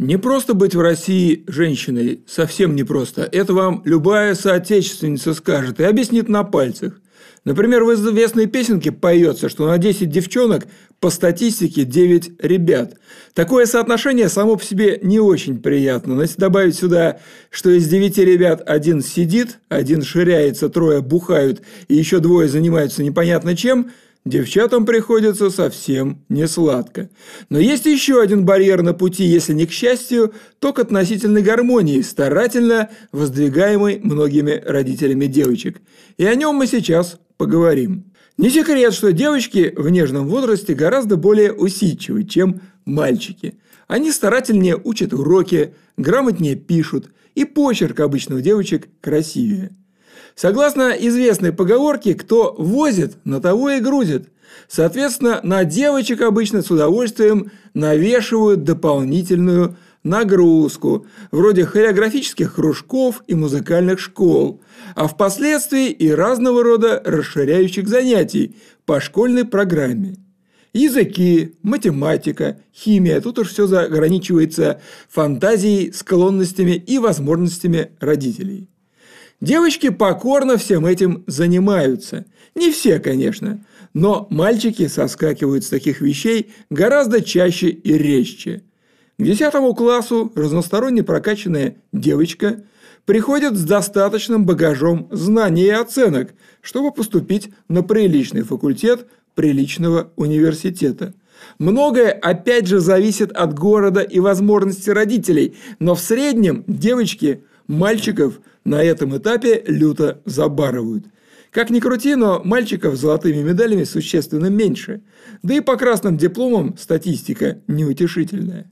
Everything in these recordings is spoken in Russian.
Не просто быть в России женщиной, совсем не просто. Это вам любая соотечественница скажет и объяснит на пальцах. Например, в известной песенке поется, что на 10 девчонок по статистике 9 ребят. Такое соотношение само по себе не очень приятно. Но если добавить сюда, что из 9 ребят один сидит, один ширяется, 3 бухают и еще 2 занимаются непонятно чем, девчатам приходится совсем не сладко. Но есть еще один барьер на пути, если не к счастью, то к относительной гармонии, старательно воздвигаемой многими родителями девочек. И о нем мы сейчас поговорим. Не секрет, что девочки в нежном возрасте гораздо более усидчивы, чем мальчики. Они старательнее учат уроки, грамотнее пишут, и почерк обычно у девочек красивее. Согласно известной поговорке, кто возит, на того и грузит. Соответственно, на девочек обычно с удовольствием навешивают дополнительную нагрузку, вроде хореографических кружков и музыкальных школ, а впоследствии и разного рода расширяющих занятий по школьной программе. Языки, математика, химия – тут уж все ограничивается фантазией, склонностями и возможностями родителей. Девочки покорно всем этим занимаются. Не все, конечно, но мальчики соскакивают с таких вещей гораздо чаще и резче. К 10 классу разносторонне прокачанная девочка приходит с достаточным багажом знаний и оценок, чтобы поступить на приличный факультет приличного университета. Многое, опять же, зависит от города и возможностей родителей, но в среднем девочки мальчиков на этом этапе люто забарывают. Как ни крути, но мальчиков с золотыми медалями существенно меньше. Да и по красным дипломам статистика неутешительная.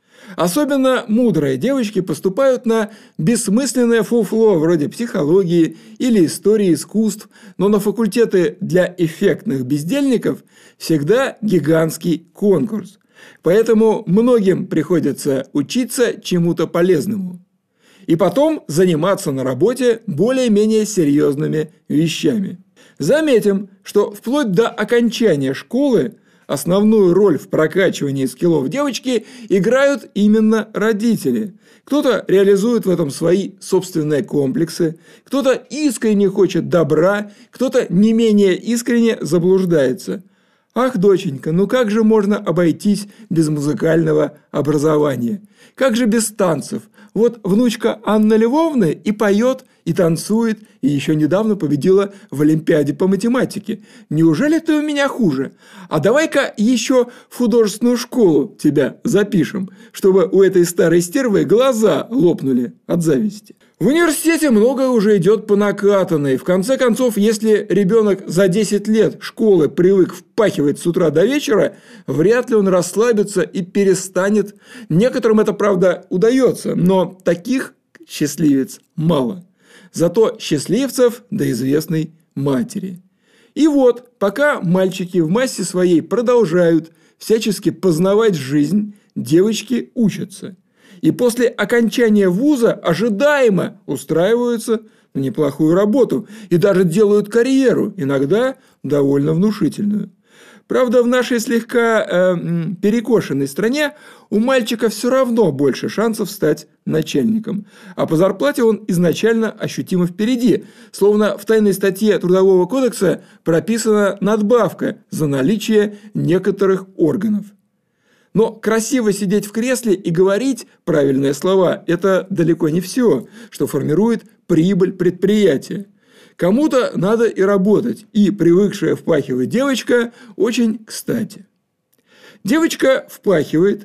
Особенно мудрые девочки поступают на бессмысленное фуфло вроде психологии или истории искусств, но на факультеты для эффектных бездельников всегда гигантский конкурс. Поэтому многим приходится учиться чему-то полезному. И потом заниматься на работе более-менее серьезными вещами. Заметим, что вплоть до окончания школы основную роль в прокачивании скиллов девочки играют именно родители. Кто-то реализует в этом свои собственные комплексы, кто-то искренне хочет добра, кто-то не менее искренне заблуждается. Ах, доченька, ну как же можно обойтись без музыкального образования? Как же без танцев? Вот внучка Анны Львовны и поет, и танцует, и еще недавно победила в Олимпиаде по математике. Неужели ты у меня хуже? А давай-ка еще в художественную школу тебя запишем, чтобы у этой старой стервы глаза лопнули от зависти. В университете многое уже идет по накатанной. В конце концов, если ребенок за 10 лет школы привык впахивать с утра до вечера, вряд ли он расслабится и перестанет. Некоторым это, правда, удается, но таких, счастливец, мало. Зато счастливцев до известной матери. И вот, пока мальчики в массе своей продолжают всячески познавать жизнь, девочки учатся. И после окончания вуза ожидаемо устраиваются на неплохую работу и даже делают карьеру, иногда довольно внушительную. Правда, в нашей слегка перекошенной стране у мальчика все равно больше шансов стать начальником, а по зарплате он изначально ощутимо впереди, словно в тайной статье Трудового кодекса прописана надбавка за наличие некоторых органов. Но красиво сидеть в кресле и говорить правильные слова – это далеко не все, что формирует прибыль предприятия. Кому-то надо и работать, и привыкшая впахивать девочка очень кстати. Девочка впахивает,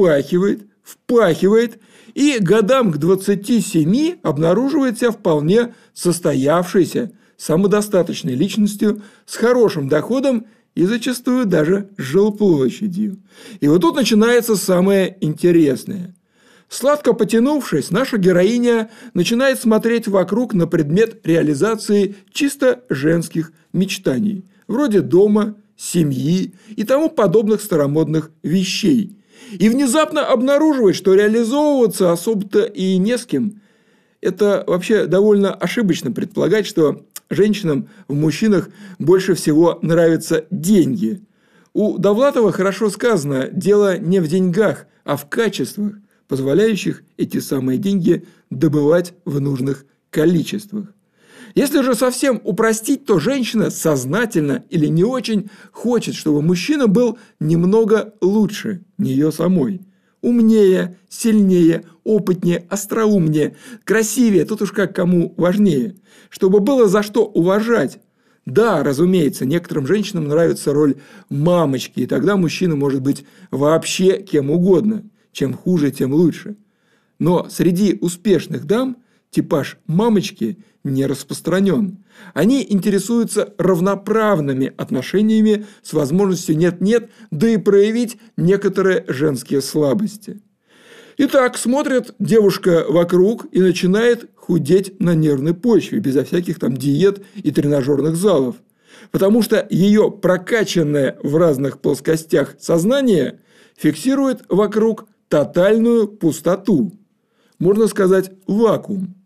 и годам к 27 обнаруживает себя вполне состоявшейся, самодостаточной личностью с хорошим доходом и зачастую даже с жилплощадью. И вот тут начинается самое интересное. Сладко потянувшись, наша героиня начинает смотреть вокруг на предмет реализации чисто женских мечтаний, вроде дома, семьи и тому подобных старомодных вещей. И внезапно обнаруживает, что реализовываться особо-то и не с кем. Это вообще довольно ошибочно предполагать, что женщинам в мужчинах больше всего нравятся деньги. У Довлатова хорошо сказано: дело не в деньгах, а в качествах. позволяющих эти самые деньги добывать в нужных количествах. Если же совсем упростить, то женщина сознательно или не очень хочет, чтобы мужчина был немного лучше нее самой. Умнее, сильнее, опытнее, остроумнее, красивее, тут уж как кому важнее. Чтобы было за что уважать. Да, разумеется, некоторым женщинам нравится роль мамочки, и тогда мужчина может быть вообще кем угодно. Чем хуже, тем лучше. Но среди успешных дам типаж мамочки не распространен. Они интересуются равноправными отношениями с возможностью нет-нет, да и проявить некоторые женские слабости. Итак, смотрит девушка вокруг и начинает худеть на нервной почве, безо всяких там диет и тренажерных залов. Потому что ее прокачанное в разных плоскостях сознание фиксирует вокруг тотальную пустоту. Можно сказать, вакуум.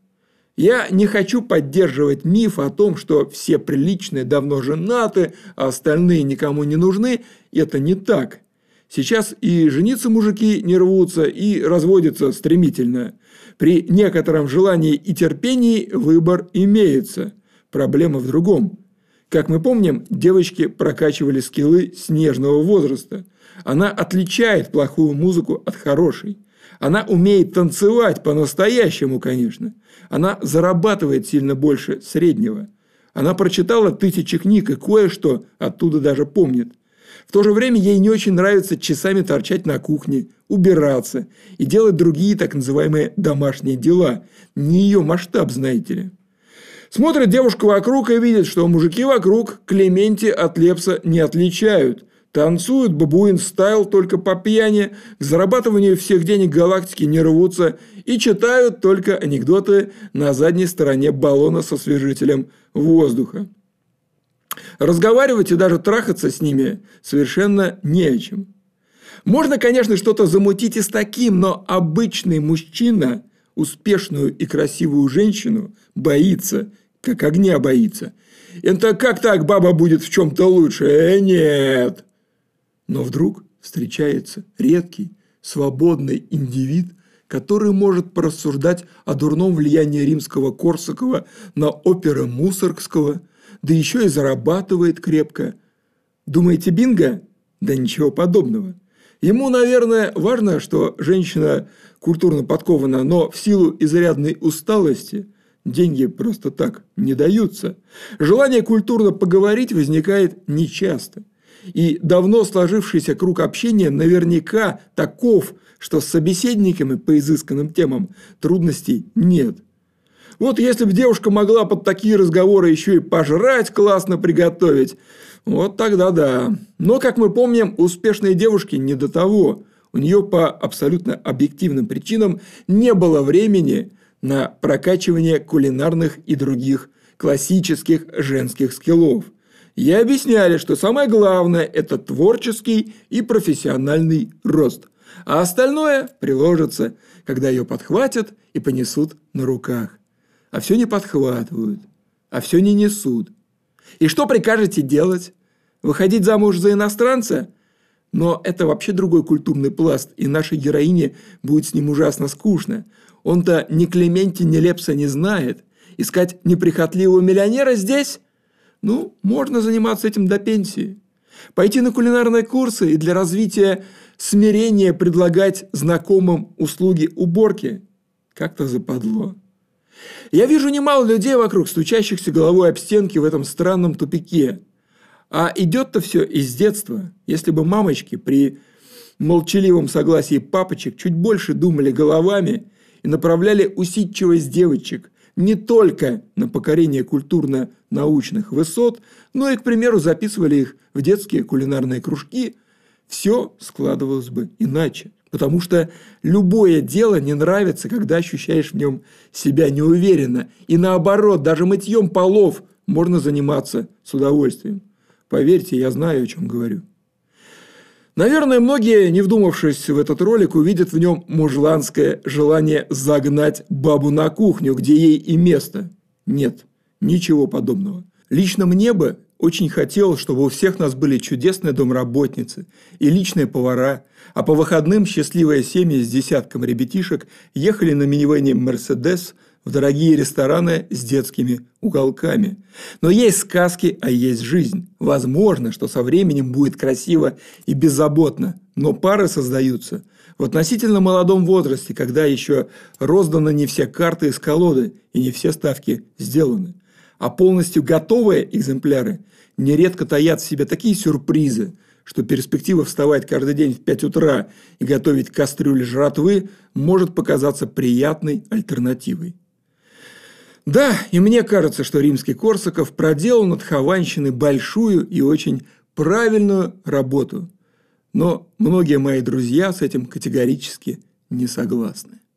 Я не хочу поддерживать миф о том, что все приличные давно женаты, а остальные никому не нужны. Это не так. Сейчас и жениться мужики не рвутся, и разводятся стремительно. При некотором желании и терпении выбор имеется. Проблема в другом. Как мы помним, девочки прокачивали скиллы с нежного возраста. Она отличает плохую музыку от хорошей. Она умеет танцевать по-настоящему, конечно. Она зарабатывает сильно больше среднего. Она прочитала 1000 книг и кое-что оттуда даже помнит. В то же время ей не очень нравится часами торчать на кухне, убираться и делать другие так называемые домашние дела. Не ее масштаб, знаете ли. Смотрит девушка вокруг и видит, что мужики вокруг Клементи от Лепса не отличают. Танцуют бабуин-стайл только по пьяни, к зарабатыванию всех денег галактики не рвутся и читают только анекдоты на задней стороне баллона со освежителем воздуха. Разговаривать и даже трахаться с ними совершенно не о чем. Можно, конечно, что-то замутить и с таким, но обычный мужчина успешную и красивую женщину боится, как огня боится. Это как так баба будет в чем-то лучше? Нет. Но вдруг встречается редкий, свободный индивид, который может порассуждать о дурном влиянии римского Корсакова на оперы Мусоргского, да еще и зарабатывает крепко. Думаете, бинго? Да ничего подобного. Ему, наверное, важно, что женщина культурно подкована, но в силу изрядной усталости деньги просто так не даются. Желание культурно поговорить возникает нечасто. И давно сложившийся круг общения наверняка таков, что с собеседниками по изысканным темам трудностей нет. Вот если бы девушка могла под такие разговоры еще и пожрать классно приготовить, вот тогда да. Но, как мы помним, успешные девушки не до того. У нее по абсолютно объективным причинам не было времени на прокачивание кулинарных и других классических женских скиллов. Ей объясняли, что самое главное – это творческий и профессиональный рост. А остальное приложится, когда ее подхватят и понесут на руках. А все не подхватывают, а все не несут. И что прикажете делать? Выходить замуж за иностранца? Но это вообще другой культурный пласт, и нашей героине будет с ним ужасно скучно. Он-то ни Клементи, ни Лепса не знает. Искать неприхотливого миллионера здесь? Ну, можно заниматься этим до пенсии. Пойти на кулинарные курсы и для развития смирения предлагать знакомым услуги уборки. Как-то западло. Я вижу немало людей вокруг, стучащихся головой об стенки в этом странном тупике. А идет-то все из детства. Если бы мамочки при молчаливом согласии папочек чуть больше думали головами и направляли усидчивость девочек не только на покорение культурно-научных высот, но и, к примеру, записывали их в детские кулинарные кружки, все складывалось бы иначе. Потому что любое дело не нравится, когда ощущаешь в нем себя неуверенно. И наоборот, даже мытьем полов можно заниматься с удовольствием. Поверьте, я знаю, о чем говорю. Наверное, многие, не вдумавшись в этот ролик, увидят в нем мужланское желание загнать бабу на кухню, где ей и место. Нет, ничего подобного. Лично мне бы очень хотел, чтобы у всех нас были чудесные домработницы и личные повара, а по выходным счастливые семьи с десятком ребятишек ехали на минивэне «Мерседес» в дорогие рестораны с детскими уголками. Но есть сказки, а есть жизнь. Возможно, что со временем будет красиво и беззаботно, но пары создаются в относительно молодом возрасте, когда еще розданы не все карты из колоды и не все ставки сделаны. А полностью готовые экземпляры нередко таят в себе такие сюрпризы, что перспектива вставать каждый день в 5 утра и готовить кастрюлю жратвы может показаться приятной альтернативой. Да, и мне кажется, что Римский-Корсаков проделал над Хованщиной большую и очень правильную работу. Но многие мои друзья с этим категорически не согласны.